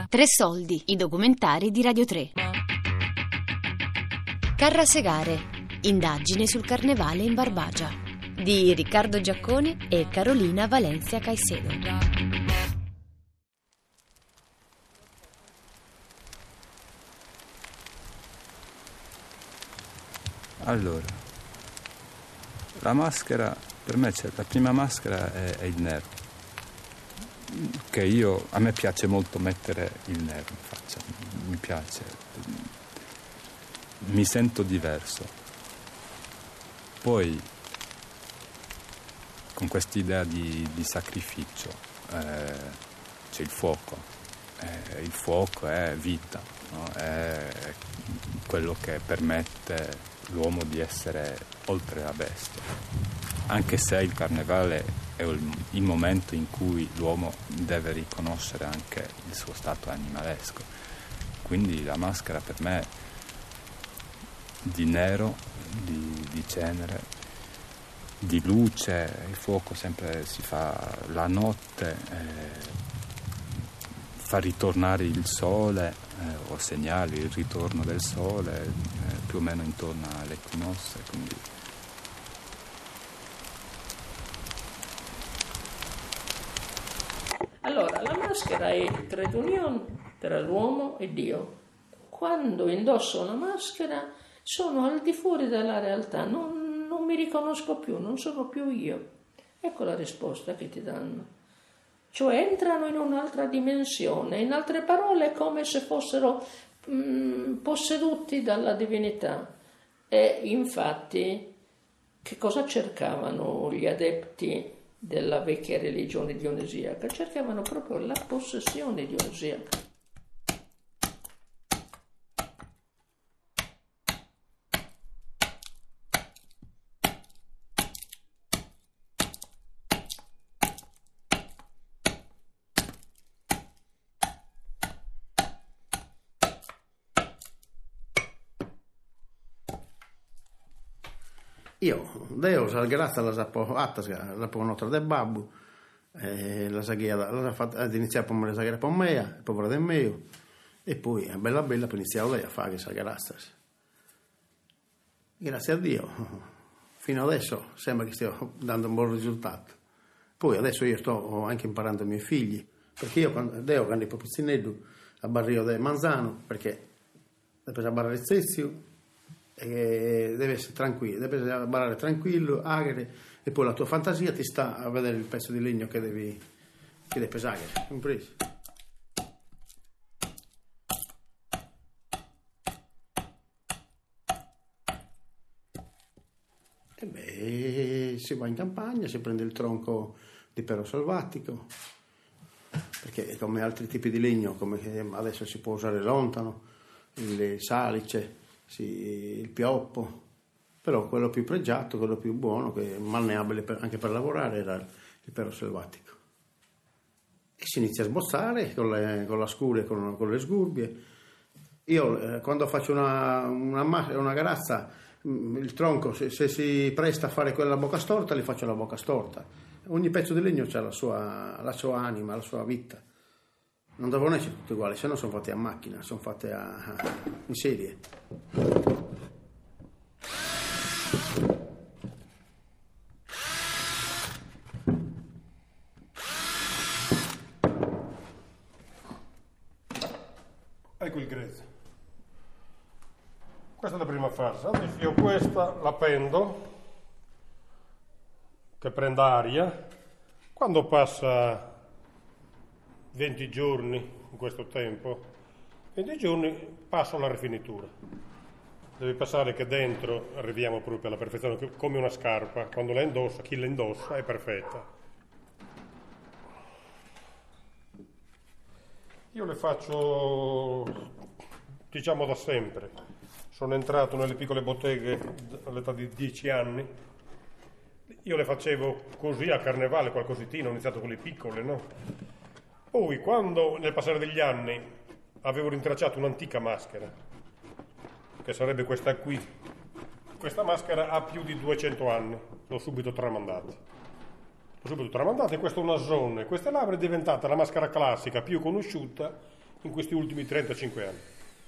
Tre soldi, i documentari di Radio 3. Carrasegare, indagine sul carnevale in Barbagia, di Riccardo Giaccone e Carolina Valencia Caicedo. Allora, la maschera, per me la prima maschera è il nero, che a me piace molto mettere il nero in faccia, mi piace, mi sento diverso. Poi, con quest'idea di sacrificio, c'è il fuoco è vita, no? È quello che permette l'uomo di essere oltre la bestia, anche se il carnevale è il momento in cui l'uomo deve riconoscere anche il suo stato animalesco. Quindi la maschera per me di nero, di cenere, di luce, il fuoco sempre si fa la notte, fa ritornare il sole, o segnali il ritorno del sole più o meno intorno all'equinozio, quindi allora la maschera è il trade union tra l'uomo e Dio. Quando indosso una maschera sono al di fuori della realtà, non mi riconosco più, non sono più io. Ecco la risposta che ti danno. Cioè entrano in un'altra dimensione, in altre parole è come se fossero posseduti dalla divinità. E infatti che cosa cercavano gli adepti della vecchia religione dionisiaca? Cercavano proprio la possessione dionisiaca. Io, Deo, salgherasta la sapo atta, la po' nostra del babbo, la saghiera, la fatta ad iniziare a pomere la saghiera per me, il povero del mio, e poi è bella per iniziare lei a fare il salgherasta. Grazie a Dio, fino adesso sembra che stia dando un buon risultato. Poi adesso io sto anche imparando ai miei figli, perché io quando è proprio pizzineddu a barrio del manzano, perché deve barrare il zezio, e deve essere tranquillo, deve barare tranquillo, agere, e poi la tua fantasia ti sta a vedere il pezzo di legno che devi pesare, compreso. E beh, si va in campagna, si prende il tronco di pero selvatico, perché come altri tipi di legno, come adesso si può usare lontano, le salice, il pioppo, però quello più pregiato, quello più buono, che malleabile anche per lavorare, era il pero selvatico. E si inizia a sbozzare con la scure, con le sgurbie. Io quando faccio una garazza, il tronco, se si presta a fare quella bocca storta, li faccio la bocca storta. Ogni pezzo di legno ha la sua anima, la sua vita. Non devono essere tutti uguali, se no sono fatti a macchina, sono fatti in serie. Ecco il grezzo. Questa è la prima fase. Adesso io questa la pendo, che prenda aria. Quando passa 20 giorni in questo tempo, 20 giorni passo alla rifinitura. Deve passare che dentro arriviamo proprio alla perfezione, come una scarpa. Quando la indossa, chi la indossa è perfetta. Io le faccio, diciamo, da sempre. Sono entrato nelle piccole botteghe all'età di 10 anni. Io le facevo così a carnevale, qualcositino, ho iniziato con le piccole, no? Poi, quando nel passare degli anni avevo rintracciato un'antica maschera, che sarebbe questa qui, questa maschera ha più di 200 anni, l'ho subito tramandata. E questo nasone, questa labbra è diventata la maschera classica più conosciuta in questi ultimi 35 anni.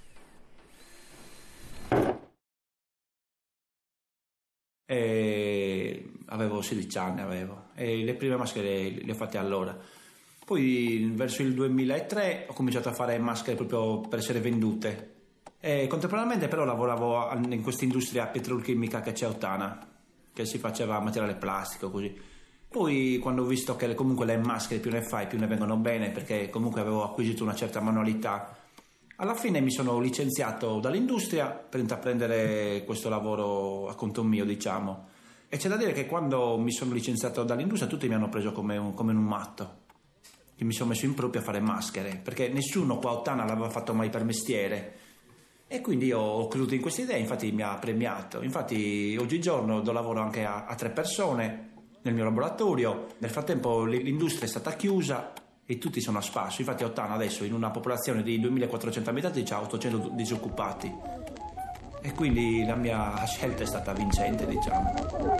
Avevo 16 anni e le prime maschere le ho fatte allora. Poi verso il 2003 ho cominciato a fare maschere proprio per essere vendute. E contemporaneamente però lavoravo in questa industria petrolchimica che c'è a Ottana, che si faceva materiale plastico così. Poi quando ho visto che comunque le maschere più ne fai più ne vengono bene, perché comunque avevo acquisito una certa manualità, alla fine mi sono licenziato dall'industria per intraprendere questo lavoro a conto mio, diciamo. E c'è da dire che quando mi sono licenziato dall'industria tutti mi hanno preso come un matto, che mi sono messo in proprio a fare maschere, perché nessuno qua a Ottana l'aveva fatto mai per mestiere. E quindi io ho creduto in questa idea, infatti mi ha premiato. Infatti oggigiorno do lavoro anche a 3 persone nel mio laboratorio. Nel frattempo l'industria è stata chiusa e tutti sono a spasso. Infatti Ottana adesso, in una popolazione di 2400 abitanti, ha 800 disoccupati. E quindi la mia scelta è stata vincente, diciamo.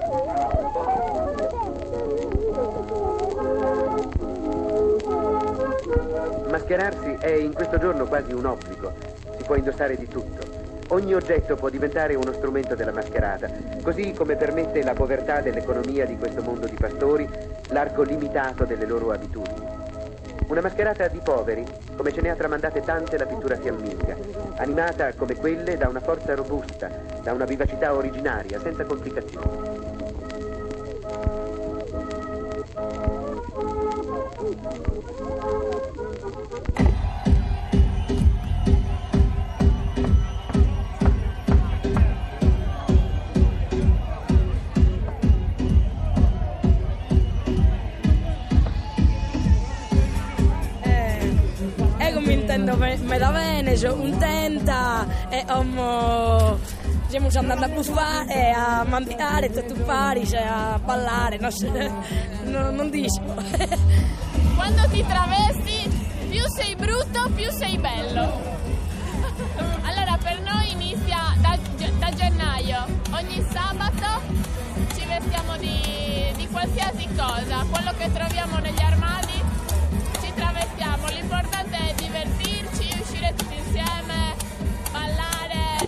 Mascherarsi è in questo giorno quasi un obbligo. Si può indossare di tutto. Ogni oggetto può diventare uno strumento della mascherata, così come permette la povertà dell'economia di questo mondo di pastori, l'arco limitato delle loro abitudini. Una mascherata di poveri, come ce ne ha tramandate tante la pittura fiamminga, animata come quelle da una forza robusta, da una vivacità originaria, senza complicazioni. Me da bene, sono contenta e stiamo andando a buffare, a mangiare, a tuffare, a ballare, non dico. Quando ti travesti, più sei brutto, più sei bello. Allora per noi inizia da gennaio, ogni sabato ci vestiamo di qualsiasi cosa, quello che troviamo negli armadi ci travestiamo, l'importante è divertirci, uscire tutti insieme, ballare.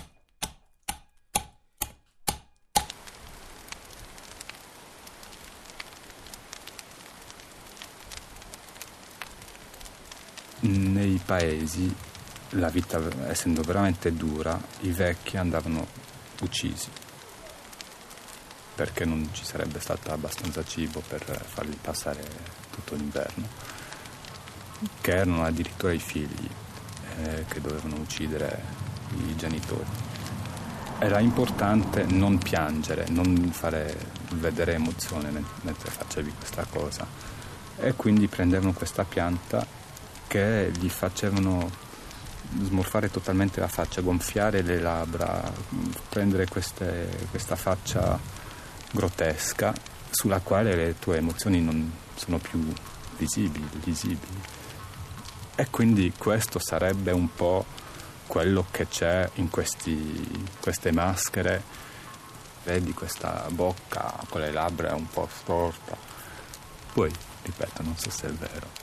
Nei paesi, la vita essendo veramente dura, i vecchi andavano uccisi, perché non ci sarebbe stato abbastanza cibo per farli passare tutto l'inverno, che erano addirittura i figli che dovevano uccidere i genitori. Era importante non piangere, non fare vedere emozione mentre facevi questa cosa, e quindi prendevano questa pianta che gli facevano smorfare totalmente la faccia, gonfiare le labbra, prendere questa faccia grottesca sulla quale le tue emozioni non sono più visibili. E quindi questo sarebbe un po' quello che c'è in queste maschere. Vedi questa bocca con le labbra un po' storta. Poi, ripeto, non so se è vero.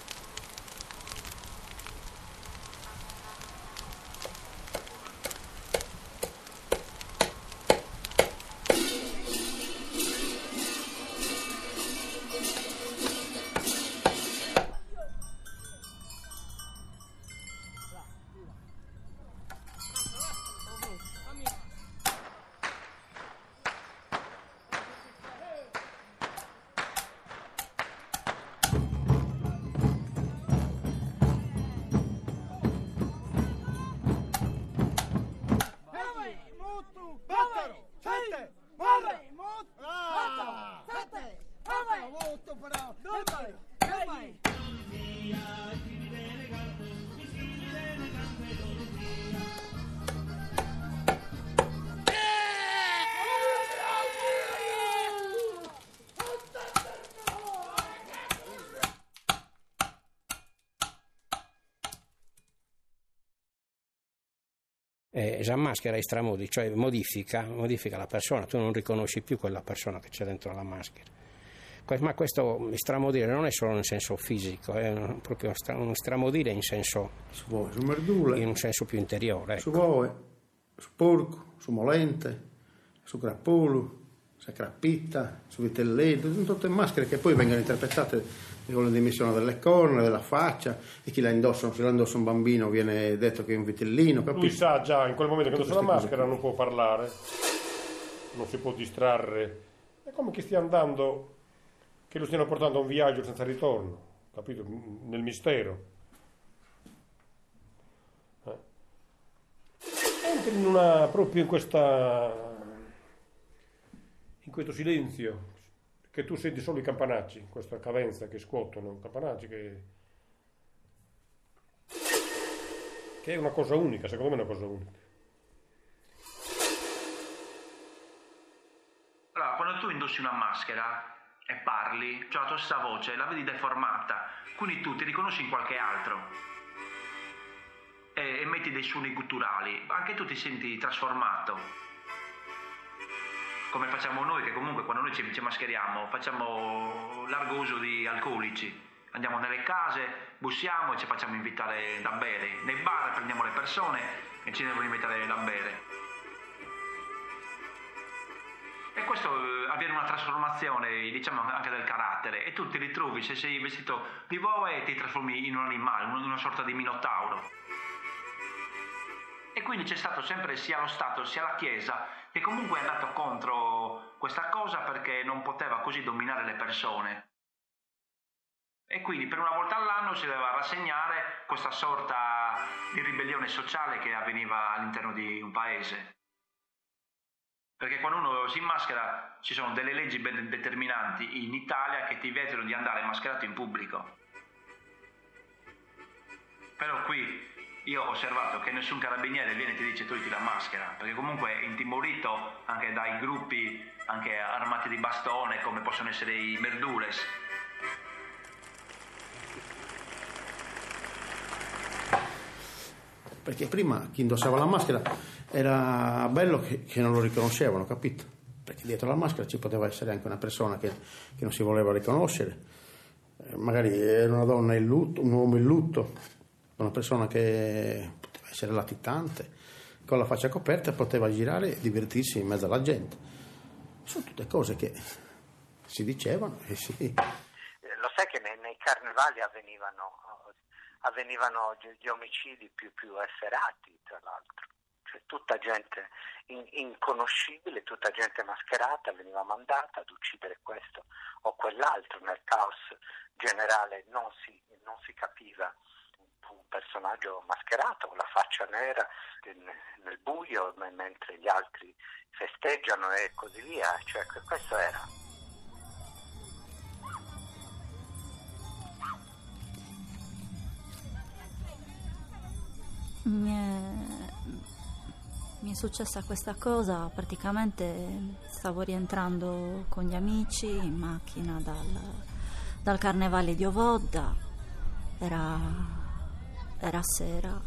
La maschera è stramodi, cioè modifica la persona, tu non riconosci più quella persona che c'è dentro la maschera. Ma questo stramodire non è solo in senso fisico, è proprio un stramodire in senso, su merdule, in un senso più interiore. Su boe, su porco, su molente, su grappolo, su crappitta, su vitelletto, sono tutte maschere che poi vengono interpretate con la dimensione delle corna, della faccia, e chi la indossa, se la indossa un bambino viene detto che è un vitellino, capito? Lui sa già in quel momento che indossa la maschera non può parlare, non si può distrarre, è come che stia andando, che lo stiano portando a un viaggio senza ritorno, capito? Nel mistero. Entri proprio in questo silenzio che tu senti solo i campanacci, questa cadenza che scuotono, campanacci che è una cosa unica, secondo me è una cosa unica. Allora, quando tu indossi una maschera e parli, cioè la tua stessa voce la vedi deformata, quindi tu ti riconosci in qualche altro e metti dei suoni gutturali, anche tu ti senti trasformato, come facciamo noi, che comunque quando noi ci mascheriamo facciamo largo uso di alcolici, andiamo nelle case, bussiamo e ci facciamo invitare da bere, nei bar prendiamo le persone e ci devono invitare da bere. E questo avviene una trasformazione, diciamo, anche del carattere, e tu ti ritrovi, se sei vestito di boa, ti trasformi in un animale, in una sorta di minotauro. E quindi c'è stato sempre sia lo Stato sia la Chiesa che comunque è andato contro questa cosa perché non poteva così dominare le persone. E quindi per una volta all'anno si doveva rassegnare questa sorta di ribellione sociale che avveniva all'interno di un paese. Perché quando uno si maschera ci sono delle leggi ben determinanti in Italia che ti vietano di andare mascherato in pubblico. Però qui io ho osservato che nessun carabiniere viene e ti dice togliti la maschera, perché comunque è intimorito anche dai gruppi anche armati di bastone come possono essere i merdules. Perché prima chi indossava la maschera era bello che non lo riconoscevano, capito? Perché dietro la maschera ci poteva essere anche una persona che non si voleva riconoscere, magari era una donna in lutto, un uomo in lutto, una persona che poteva essere latitante, con la faccia coperta poteva girare e divertirsi in mezzo alla gente. Sono tutte cose che si dicevano e si... Lo sai che nei carnevali avvenivano gli omicidi più efferati, tra l'altro. Cioè, tutta gente inconoscibile, tutta gente mascherata veniva mandata ad uccidere questo o quell'altro. Nel caos generale non si capiva un personaggio mascherato con la faccia nera nel buio mentre gli altri festeggiano e così via. Cioè, questo era. Mi è successa questa cosa, praticamente stavo rientrando con gli amici in macchina dal carnevale di Ovodda, era sera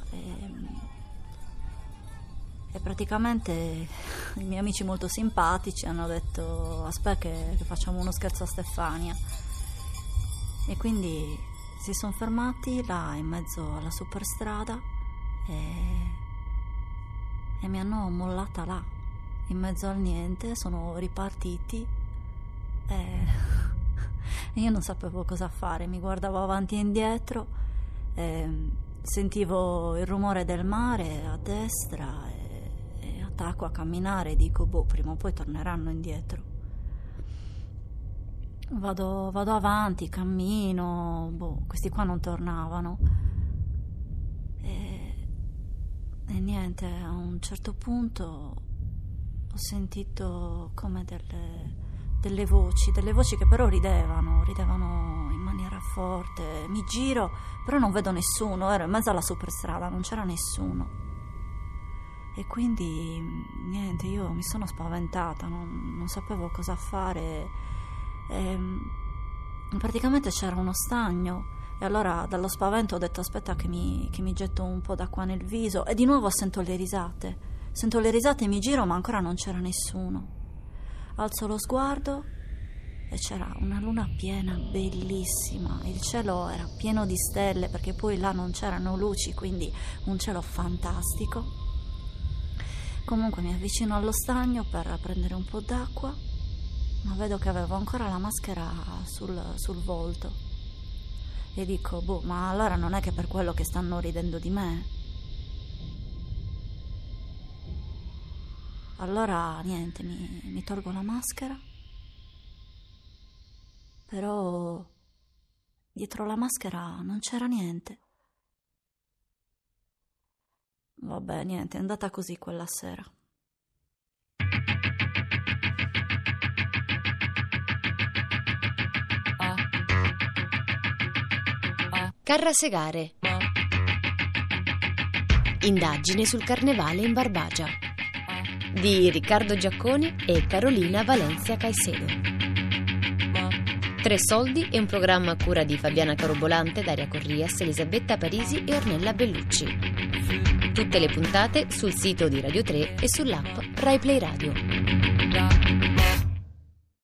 e praticamente i miei amici molto simpatici hanno detto aspetta che facciamo uno scherzo a Stefania, e quindi si sono fermati là in mezzo alla superstrada e mi hanno mollata là in mezzo al niente. Sono ripartiti e io non sapevo cosa fare, mi guardavo avanti e indietro, sentivo il rumore del mare a destra e attacco a camminare e dico prima o poi torneranno indietro. Vado avanti, cammino, questi qua non tornavano e niente, a un certo punto ho sentito come delle voci che però ridevano in maniera forte. Mi giro, però non vedo nessuno, ero in mezzo alla superstrada, non c'era nessuno e quindi niente, io mi sono spaventata, non sapevo cosa fare. Praticamente c'era uno stagno e allora dallo spavento ho detto aspetta che mi getto un po' d'acqua nel viso e di nuovo sento le risate e mi giro ma ancora non c'era nessuno. Alzo lo sguardo e c'era una luna piena bellissima, il cielo era pieno di stelle perché poi là non c'erano luci, quindi un cielo fantastico. Comunque mi avvicino allo stagno per prendere un po' d'acqua, ma vedo che avevo ancora la maschera sul volto e dico, ma allora non è che per quello che stanno ridendo di me? Allora niente, mi tolgo la maschera, però dietro la maschera non c'era niente. Vabbè, niente, è andata così quella sera. Carrasegare. Indagine sul carnevale in Barbagia di Riccardo Giaccone e Carolina Valencia Caicedo. 3 soldi è un programma a cura di Fabiana Carobolante, Daria Corrias, Elisabetta Parisi e Ornella Bellucci. Tutte le puntate sul sito di Radio 3 e sull'app Rai Play Radio.